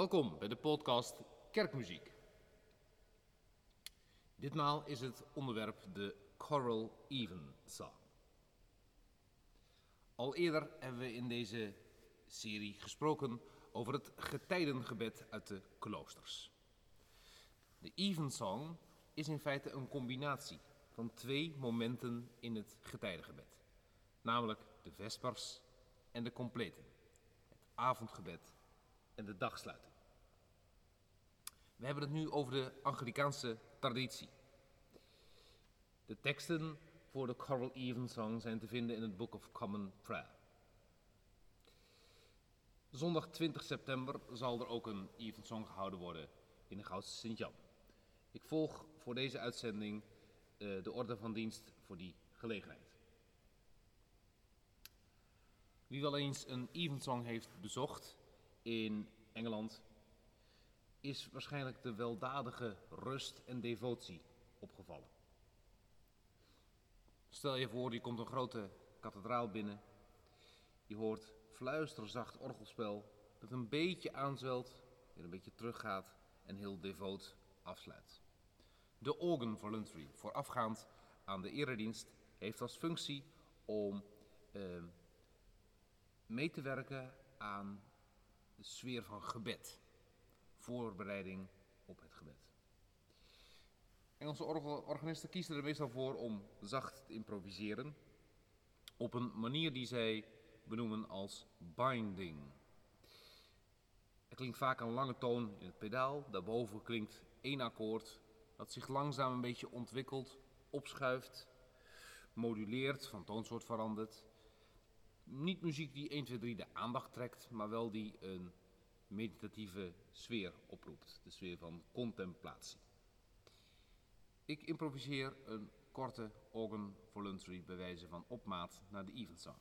Welkom bij de podcast Kerkmuziek. Ditmaal is het onderwerp de Choral Evensong. Al eerder hebben we in deze serie gesproken over het getijdengebed uit de kloosters. De Evensong is in feite een combinatie van twee momenten in het getijdengebed. Namelijk de vespers en de completen. Het avondgebed en de dagsluiting. We hebben het nu over de Anglicaanse traditie. De teksten voor de Choral Evensong zijn te vinden in het Book of Common Prayer. Zondag 20 september zal er ook een Evensong gehouden worden in de Goudse Sint-Jan. Ik volg voor deze uitzending de orde van dienst voor die gelegenheid. Wie wel eens een Evensong heeft bezocht in Engeland, is waarschijnlijk de weldadige rust en devotie opgevallen. Stel je voor, je komt een grote kathedraal binnen. Je hoort fluisterzacht orgelspel dat een beetje aanzwelt, weer een beetje teruggaat en heel devoot afsluit. De organ voluntary, voorafgaand aan de eredienst, heeft als functie om mee te werken aan de sfeer van gebed. Voorbereiding op het gebed. Engelse organisten kiezen er meestal voor om zacht te improviseren op een manier die zij benoemen als binding. Er klinkt vaak een lange toon in het pedaal, daarboven klinkt één akkoord dat zich langzaam een beetje ontwikkelt, opschuift, moduleert, van toonsoort verandert. Niet muziek die 1, 2, 3 de aandacht trekt, maar wel die een meditatieve sfeer oproept, de sfeer van contemplatie. Ik improviseer een korte organ voluntary bij wijze van opmaat naar de Evensong.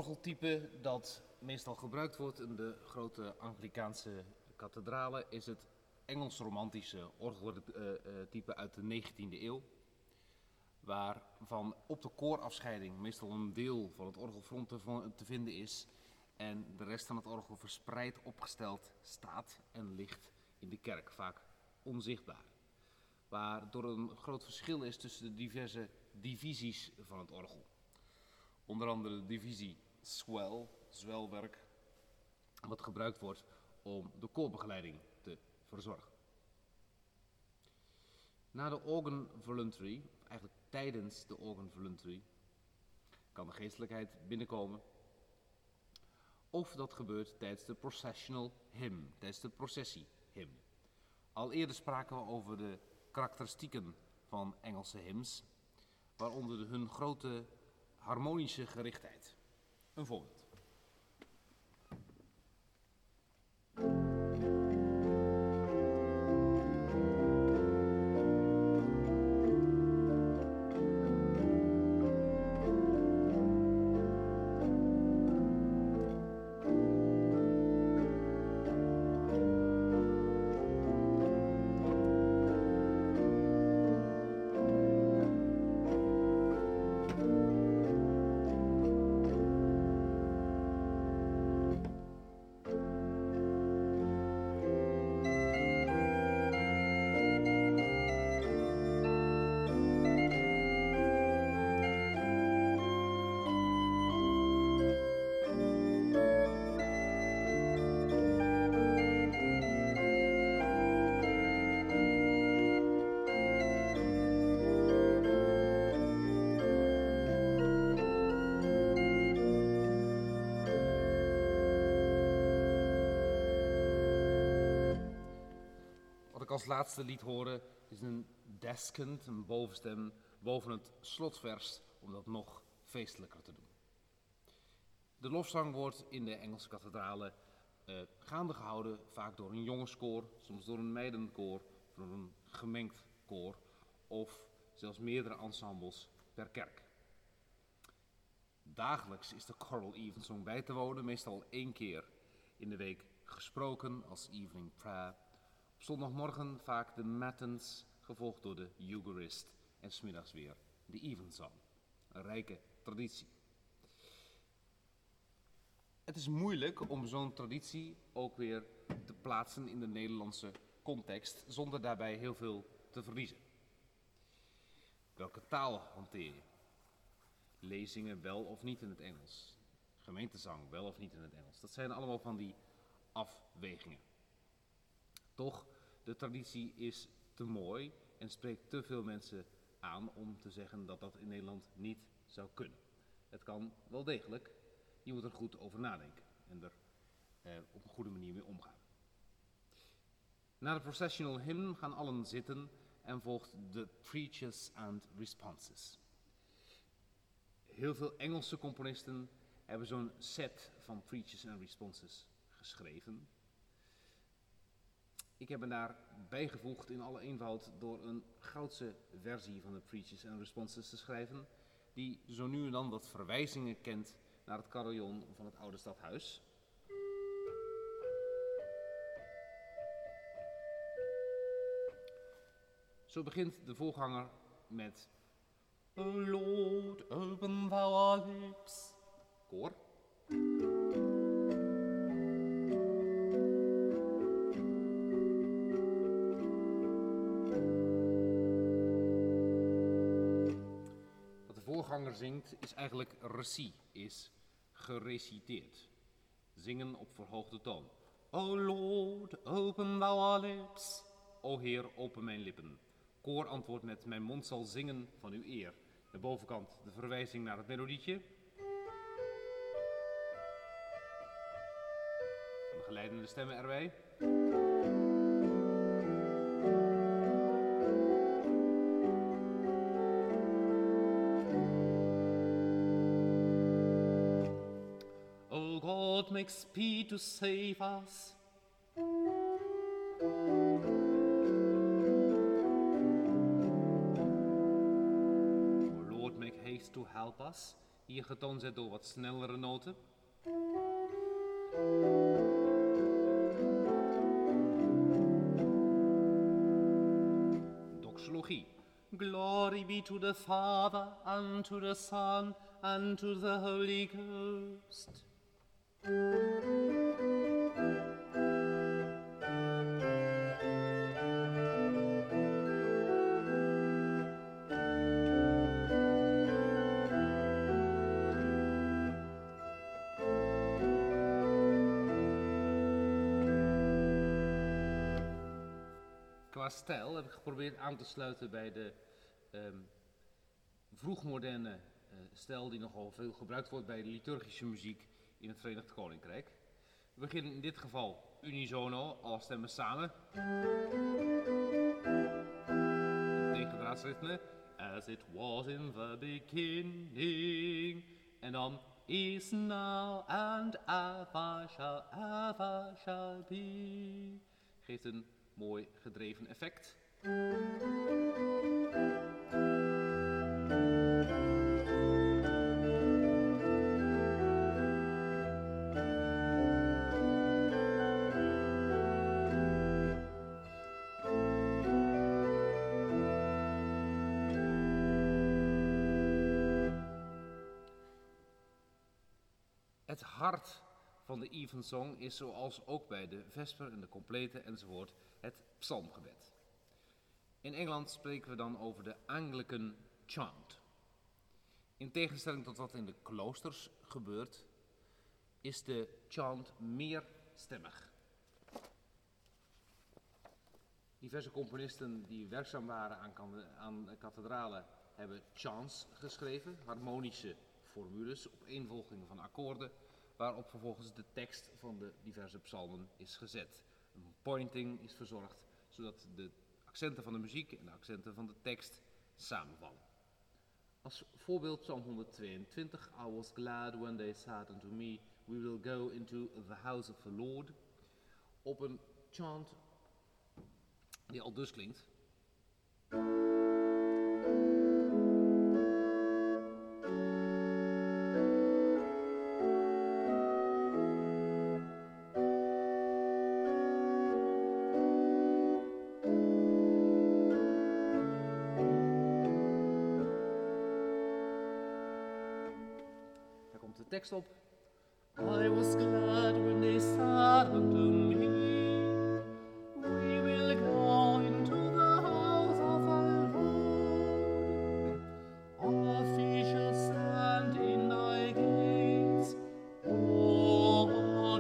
orgeltype dat meestal gebruikt wordt in de grote Anglicaanse kathedralen is het Engels-romantische orgeltype uit de 19e eeuw. Waarvan op de koorafscheiding meestal een deel van het orgelfront te vinden is. En de rest van het orgel verspreid opgesteld staat en ligt in de kerk, vaak onzichtbaar. Waardoor er een groot verschil is tussen de diverse divisies van het orgel. Onder andere de divisie swell, zwelwerk, wat gebruikt wordt om de koorbegeleiding te verzorgen. Na de organ voluntary, eigenlijk tijdens de organ voluntary, kan de geestelijkheid binnenkomen. Of dat gebeurt tijdens de processional hymn, tijdens de processiehymn. Al eerder spraken we over de karakteristieken van Engelse hymns, waaronder hun grote harmonische gerichtheid. Een voorbeeld. Als laatste lied horen is een descant, een bovenstem, boven het slotvers, om dat nog feestelijker te doen. De lofzang wordt in de Engelse kathedralen gaande gehouden, vaak door een jongenskoor, soms door een meidenkoor, of door een gemengd koor, of zelfs meerdere ensembles per kerk. Dagelijks is de choral evensong bij te wonen, meestal 1 keer in de week gesproken als evening prayer. Op zondagmorgen vaak de matins, gevolgd door de Eucharist en 's middags weer de evensong. Een rijke traditie. Het is moeilijk om zo'n traditie ook weer te plaatsen in de Nederlandse context, zonder daarbij heel veel te verliezen. Welke taal hanteer je? Lezingen wel of niet in het Engels? Gemeentezang wel of niet in het Engels? Dat zijn allemaal van die afwegingen. Toch, de traditie is te mooi en spreekt te veel mensen aan om te zeggen dat dat in Nederland niet zou kunnen. Het kan wel degelijk, je moet er goed over nadenken en er op een goede manier mee omgaan. Na de processional hymn gaan allen zitten en volgt de preaches and responses. Heel veel Engelse componisten hebben zo'n set van preaches and responses geschreven. Ik heb me daar bijgevoegd in alle eenvoud door een Goudse versie van de preaches and responses te schrijven, die zo nu en dan wat verwijzingen kent naar het carillon van het oude stadhuis. Zo begint de voorganger met O Lord, open thou our lips. Koor. Wat de voorganger zingt is eigenlijk reci, is gereciteerd. Zingen op verhoogde toon. O Lord, open thou our lips. O Heer, open mijn lippen. Koor antwoordt met mijn mond zal zingen van uw eer. De bovenkant de verwijzing naar het melodietje. En de geleidende stemmen erbij. O God, make speed to save us. To help us. hier getoond zet door wat snellere noten. Doxologie. Glory be to the Father, and to the Son, and to the Holy Ghost. Qua stijl heb ik geprobeerd aan te sluiten bij de vroegmoderne stijl die nogal veel gebruikt wordt bij de liturgische muziek in het Verenigd Koninkrijk. We beginnen in dit geval unisono, alle stemmen samen. Tegendraadsritme. As it was in the beginning. En dan is now and ever shall be. Geeft een mooi gedreven effect. Het hart van de Evensong is, zoals ook bij de Vesper en de Complete enzovoort, het psalmgebed. In Engeland spreken we dan over de Anglican chant. In tegenstelling tot wat in de kloosters gebeurt, is de chant meerstemmig. Diverse componisten die werkzaam waren aan kathedralen hebben chants geschreven, harmonische formules, opeenvolgingen van akkoorden, waarop vervolgens de tekst van de diverse psalmen is gezet. Een pointing is verzorgd, zodat de accenten van de muziek en de accenten van de tekst samenvallen. Als voorbeeld Psalm 122, I was glad when they said unto me, we will go into the house of the Lord. Op een chant die al dus klinkt. Tekst op. I was glad when they said unto me, we will go into the house of the Lord. Our feet shall stand in thy gates, O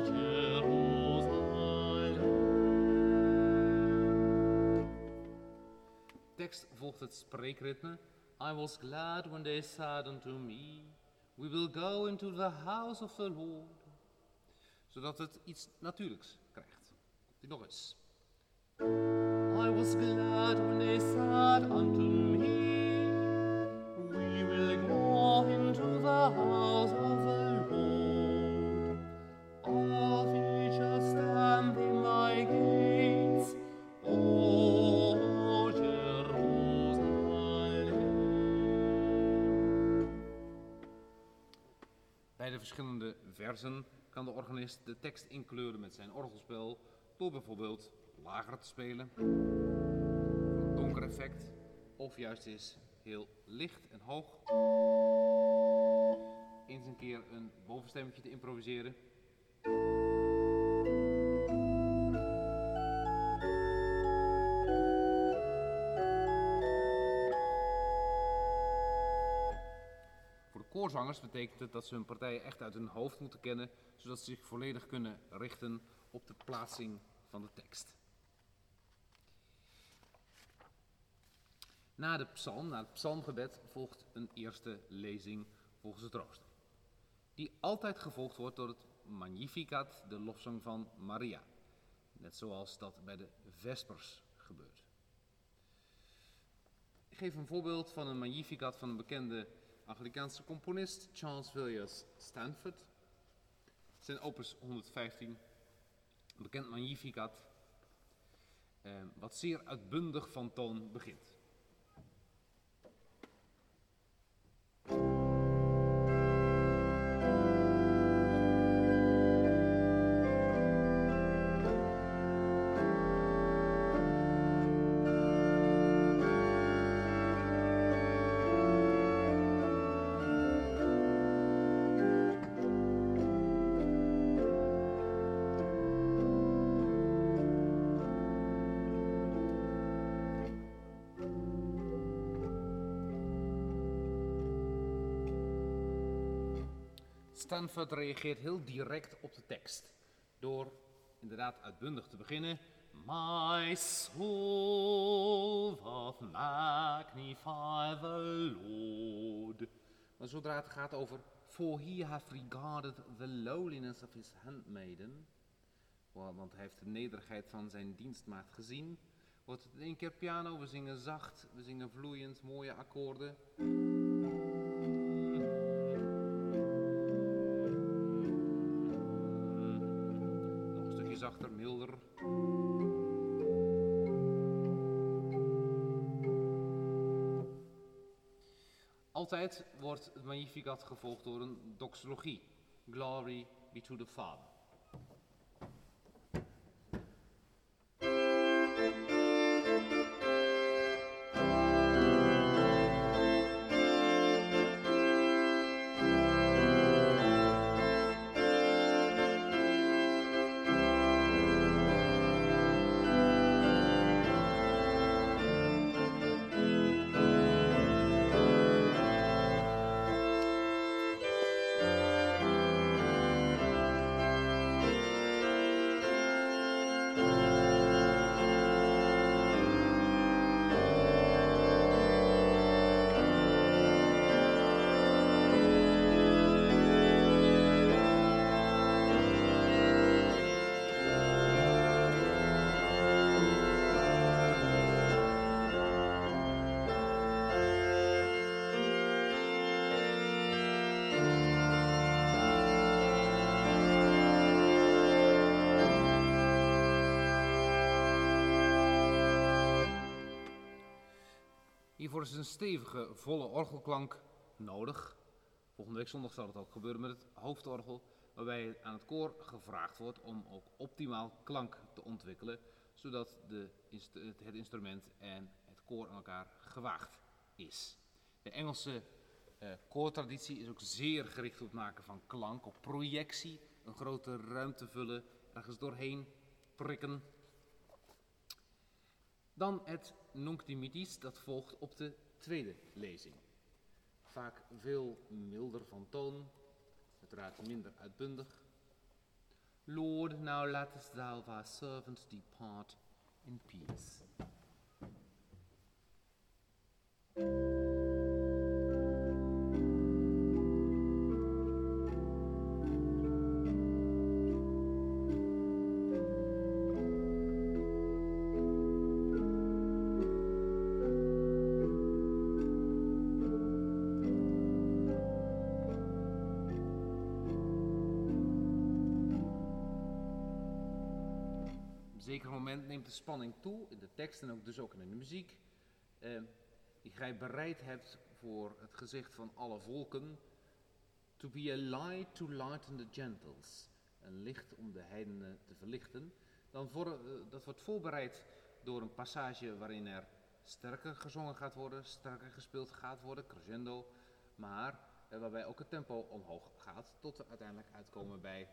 Jerusalem. Tekst volgt het spreekritme. I was glad when they said unto me, we will go into the house of the Lord. Zodat het iets natuurlijks krijgt. Komt ie nog eens. I was glad when they said unto me, we will go into the house of the Lord. Our feet shall stand in thy gates, O Bij de verschillende versen kan de organist de tekst inkleuren met zijn orgelspel door bijvoorbeeld lager te spelen, een donker effect, of juist eens heel licht en hoog. Eens een keer een bovenstemmetje te improviseren. Koorzangers betekent het dat ze hun partijen echt uit hun hoofd moeten kennen, zodat ze zich volledig kunnen richten op de plaatsing van de tekst. Na het psalmgebed, volgt een eerste lezing volgens het rooster, die altijd gevolgd wordt door het Magnificat, de lofzang van Maria, net zoals dat bij de Vespers gebeurt. Ik geef een voorbeeld van een Magnificat van een bekende Anglicaanse componist, Charles Villiers Stanford. Zijn opus 115, een bekend Magnificat, wat zeer uitbundig van toon begint. Stanford reageert heel direct op de tekst door inderdaad uitbundig te beginnen. My soul doth magnify the Lord. Maar zodra het gaat over for he hath regarded the lowliness of his handmaiden, want hij heeft de nederigheid van zijn dienstmaagd gezien, wordt het in één keer piano. We zingen zacht, we zingen vloeiend, mooie akkoorden. Nog een stukje zachter, milder. Altijd wordt het Magnificat gevolgd door een doxologie. Glory be to the Father. Hiervoor is een stevige, volle orgelklank nodig. Volgende week zondag zal het ook gebeuren met het hoofdorgel, waarbij aan het koor gevraagd wordt om ook optimaal klank te ontwikkelen, zodat het instrument en het koor aan elkaar gewaagd is. De Engelse koortraditie is ook zeer gericht op het maken van klank, op projectie, een grote ruimte vullen, ergens doorheen prikken. Dan het Nunc Dimittis, dat volgt op de tweede lezing. Vaak veel milder van toon, uiteraard minder uitbundig. Lord, now lettest thou thy servant depart in peace. Op een zeker moment neemt de spanning toe in de tekst en ook dus ook in de muziek. Die gij bereid hebt voor het gezicht van alle volken. To be a light to lighten the gentles. Een licht om de heidenen te verlichten. Dat wordt voorbereid door een passage waarin er sterker gezongen gaat worden, sterker gespeeld gaat worden, crescendo. Maar waarbij ook het tempo omhoog gaat tot we uiteindelijk uitkomen bij...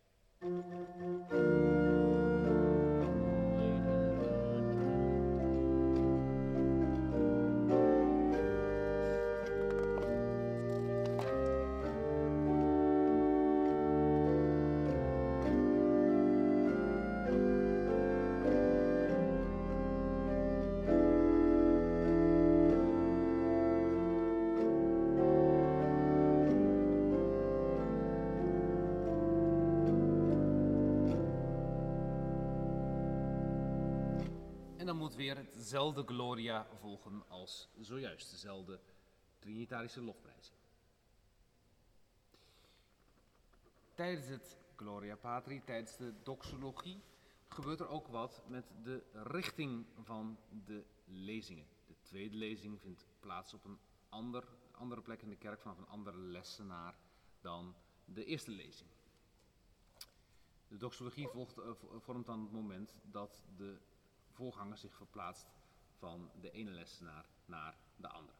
En dan moet weer hetzelfde Gloria volgen als zojuist, dezelfde trinitarische lofprijzing. Tijdens het Gloria Patri, tijdens de doxologie, gebeurt er ook wat met de richting van de lezingen. De tweede lezing vindt plaats op een andere plek in de kerk vanaf een andere lessenaar dan de eerste lezing. De doxologie vormt dan het moment dat de voorganger zich verplaatst van de ene lessenaar naar de andere.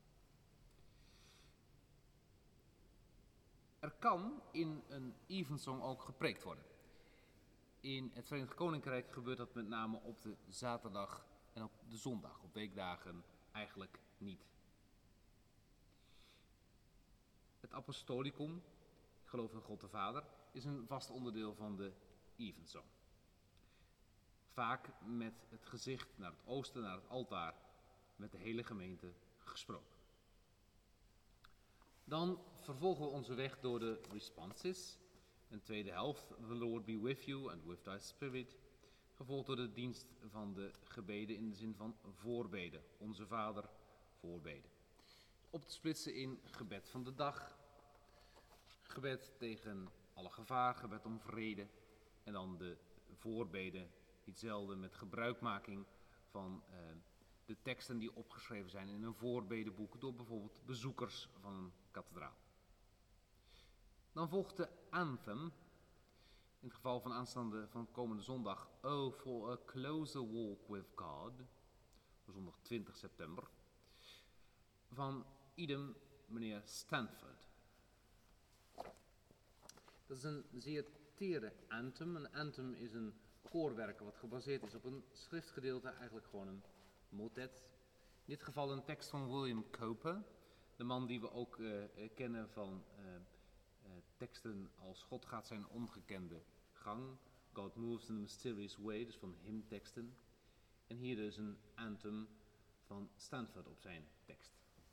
Er kan in een evensong ook gepreekt worden. In het Verenigd Koninkrijk gebeurt dat met name op de zaterdag en op de zondag. Op weekdagen eigenlijk niet. Het apostolicum ik geloof in God de Vader, is een vast onderdeel van de Evensong. Vaak met het gezicht naar het oosten, naar het altaar, met de hele gemeente gesproken. Dan vervolgen we onze weg door de responses. Een tweede helft, the Lord be with you and with thy spirit. Gevolgd door de dienst van de gebeden in de zin van voorbeden. Onze Vader, voorbeden. Op te splitsen in gebed van de dag, gebed tegen alle gevaar, gebed om vrede. En dan de voorbeden, niet zelden met gebruikmaking van de teksten die opgeschreven zijn in een voorbedenboek door bijvoorbeeld bezoekers van een kathedraal. Dan volgt de anthem, in het geval van komende zondag, Oh for a closer walk with God, voor zondag 20 september, van idem meneer Stanford. Dat is een zeer tere anthem. Een anthem is een koorwerk wat gebaseerd is op een schriftgedeelte, eigenlijk gewoon een motet. In dit geval een tekst van William Cowper, de man die we ook kennen van teksten als God gaat zijn ongekende gang, God moves in a mysterious way, dus van hymnteksten. En hier dus een anthem van Stanford op zijn tekst.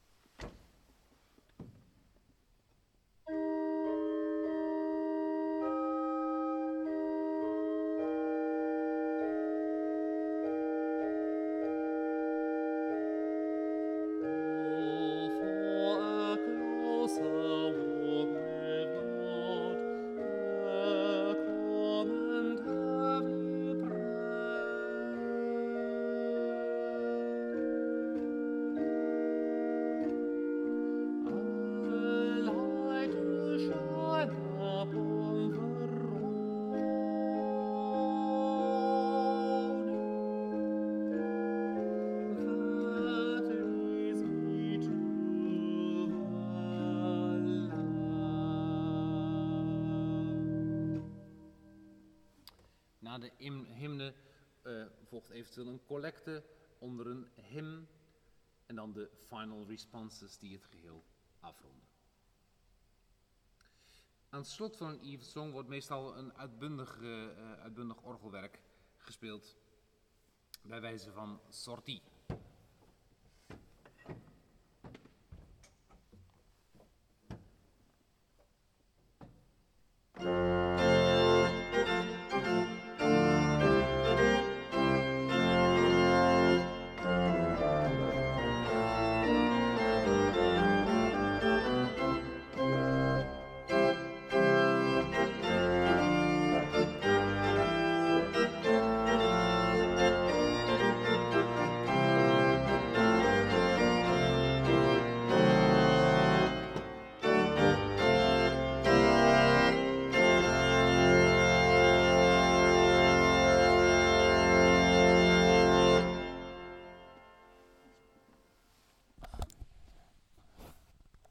Na de hymne volgt eventueel een collecte onder een hymn en dan de final responses die het geheel afronden. Aan het slot van een Evensong wordt meestal een uitbundig orgelwerk gespeeld bij wijze van sortie.